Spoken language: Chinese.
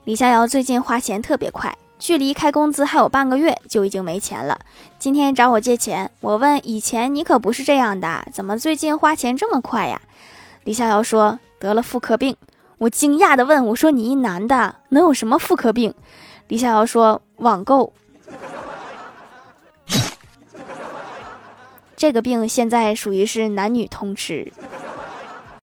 李逍遥最近花钱特别快，距离开工资还有半个月就已经没钱了。今天找我借钱，我问以前你可不是这样的，怎么最近花钱这么快呀？李逍遥说得了妇科病。我惊讶地问，我说你一男的能有什么妇科病？李逍遥说网购。这个病现在属于是男女通吃。